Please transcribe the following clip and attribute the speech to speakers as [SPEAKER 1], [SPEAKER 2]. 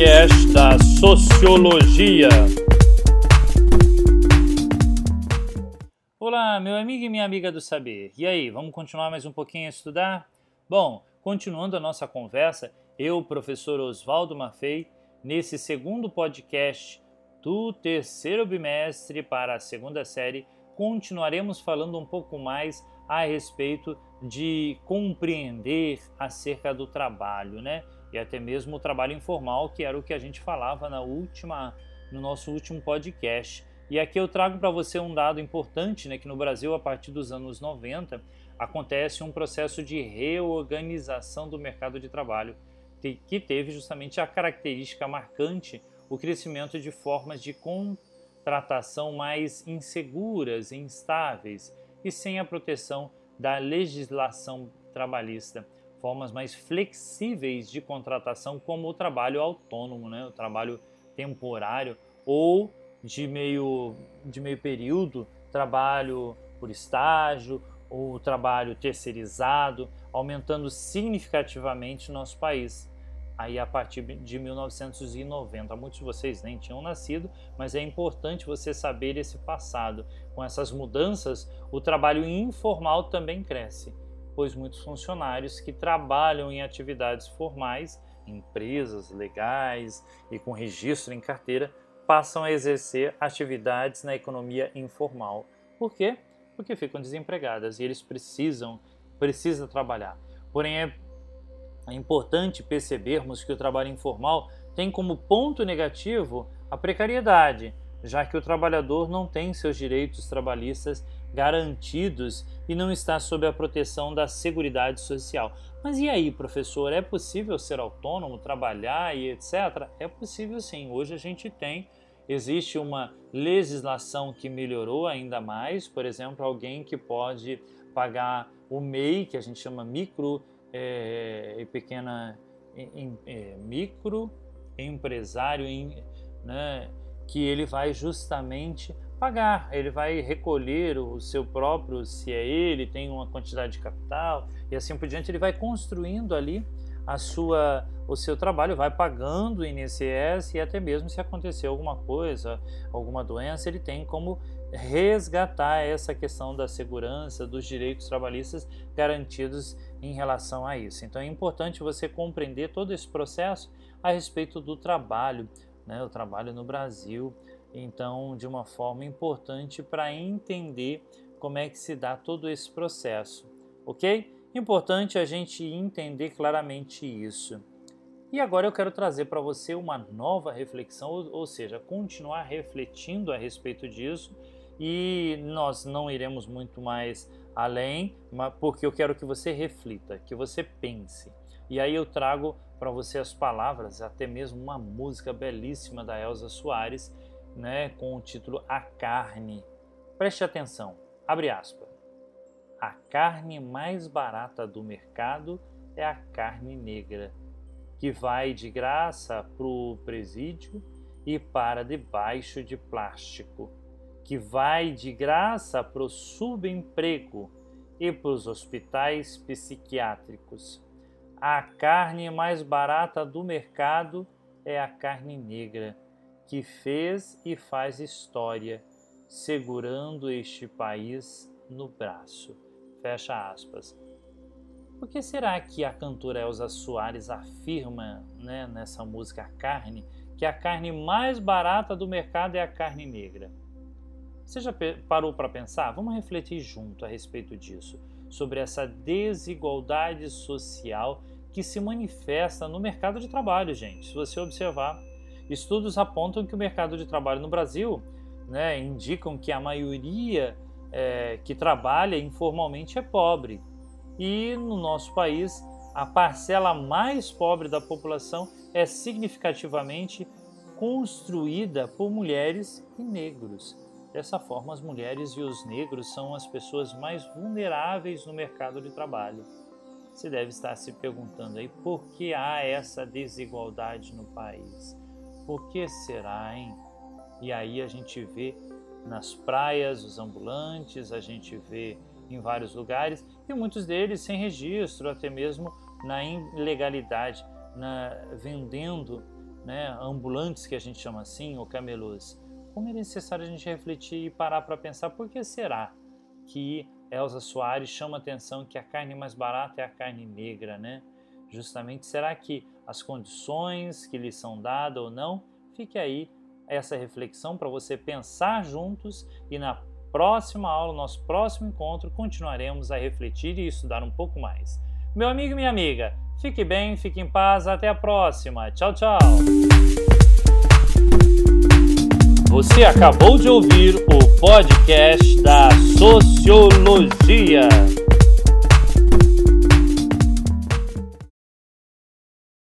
[SPEAKER 1] podcast da Sociologia. Olá, meu amigo e minha amiga do saber. E aí, vamos continuar mais um pouquinho a estudar? Bom, continuando a nossa conversa, eu, professor Oswaldo Maffei, nesse segundo podcast do terceiro bimestre para a segunda série, continuaremos falando um pouco mais a respeito de compreender acerca do trabalho, né? E até mesmo o trabalho informal, que era o que a gente falava no nosso último podcast. E aqui eu trago para você um dado importante, né? Que no Brasil, a partir dos anos 90, acontece um processo de reorganização do mercado de trabalho, que teve justamente a característica marcante, o crescimento de formas de contratação mais inseguras, instáveis e sem a proteção da legislação trabalhista, formas mais flexíveis de contratação, como o trabalho autônomo, né? O trabalho temporário ou de meio período, trabalho por estágio ou trabalho terceirizado, aumentando significativamente no nosso país. Aí a partir de 1990, muitos de vocês nem tinham nascido, mas é importante você saber esse passado. Com essas mudanças, o trabalho informal também cresce, pois muitos funcionários que trabalham em atividades formais, empresas legais e com registro em carteira, passam a exercer atividades na economia informal. Por quê? Porque ficam desempregadas e eles precisam trabalhar. Porém, é importante percebermos que o trabalho informal tem como ponto negativo a precariedade, já que o trabalhador não tem seus direitos trabalhistas garantidos e não está sob a proteção da Seguridade Social. Mas e aí, professor, é possível ser autônomo, trabalhar e etc? É possível sim. Hoje a gente existe uma legislação que melhorou ainda mais, por exemplo, alguém que pode pagar o MEI, que a gente chama microempresário, né, que ele vai justamente pagar, ele vai recolher o seu próprio, se é ele, tem uma quantidade de capital e assim por diante, ele vai construindo ali o seu trabalho, vai pagando o INSS e até mesmo se acontecer alguma coisa, alguma doença, ele tem como resgatar essa questão da segurança, dos direitos trabalhistas garantidos em relação a isso. Então é importante você compreender todo esse processo a respeito do trabalho, né, o trabalho no Brasil, então de uma forma importante para entender como é que se dá todo esse processo, ok? Importante a gente entender claramente isso. E agora eu quero trazer para você uma nova reflexão, ou seja, continuar refletindo a respeito disso, e nós não iremos muito mais além, porque eu quero que você reflita, que você pense. E aí eu trago para você as palavras, até mesmo uma música belíssima da Elza Soares, né, com o título A Carne. Preste atenção, abre aspas. A carne mais barata do mercado é a carne negra, que vai de graça para o presídio e para debaixo de plástico, que vai de graça para o subemprego e para os hospitais psiquiátricos. A carne mais barata do mercado é a carne negra, que fez e faz história, segurando este país no braço. Fecha aspas. Por que será que a cantora Elza Soares afirma, né, nessa música A Carne, que a carne mais barata do mercado é a carne negra? Você já parou para pensar? Vamos refletir junto a respeito disso, sobre essa desigualdade social que se manifesta no mercado de trabalho, gente. Se você observar, estudos apontam que o mercado de trabalho no Brasil, né, indicam que a maioria que trabalha informalmente é pobre. E no nosso país, a parcela mais pobre da população é significativamente construída por mulheres e negros. Dessa forma, as mulheres e os negros são as pessoas mais vulneráveis no mercado de trabalho. Você deve estar se perguntando aí por que há essa desigualdade no país. Por que será, hein? E aí a gente vê nas praias, os ambulantes, a gente vê em vários lugares, e muitos deles sem registro, até mesmo na ilegalidade, vendendo né, ambulantes, que a gente chama assim, ou camelôs, como é necessário a gente refletir e parar para pensar por que será que Elza Soares chama a atenção que a carne mais barata é a carne negra, né? Justamente, será que as condições que lhes são dadas ou não? Fique aí essa reflexão para você pensar juntos, e na próxima aula, nosso próximo encontro, continuaremos a refletir e estudar um pouco mais. Meu amigo e minha amiga, fique bem, fique em paz, até a próxima. Tchau, tchau! Você acabou de ouvir o podcast da Sociologia.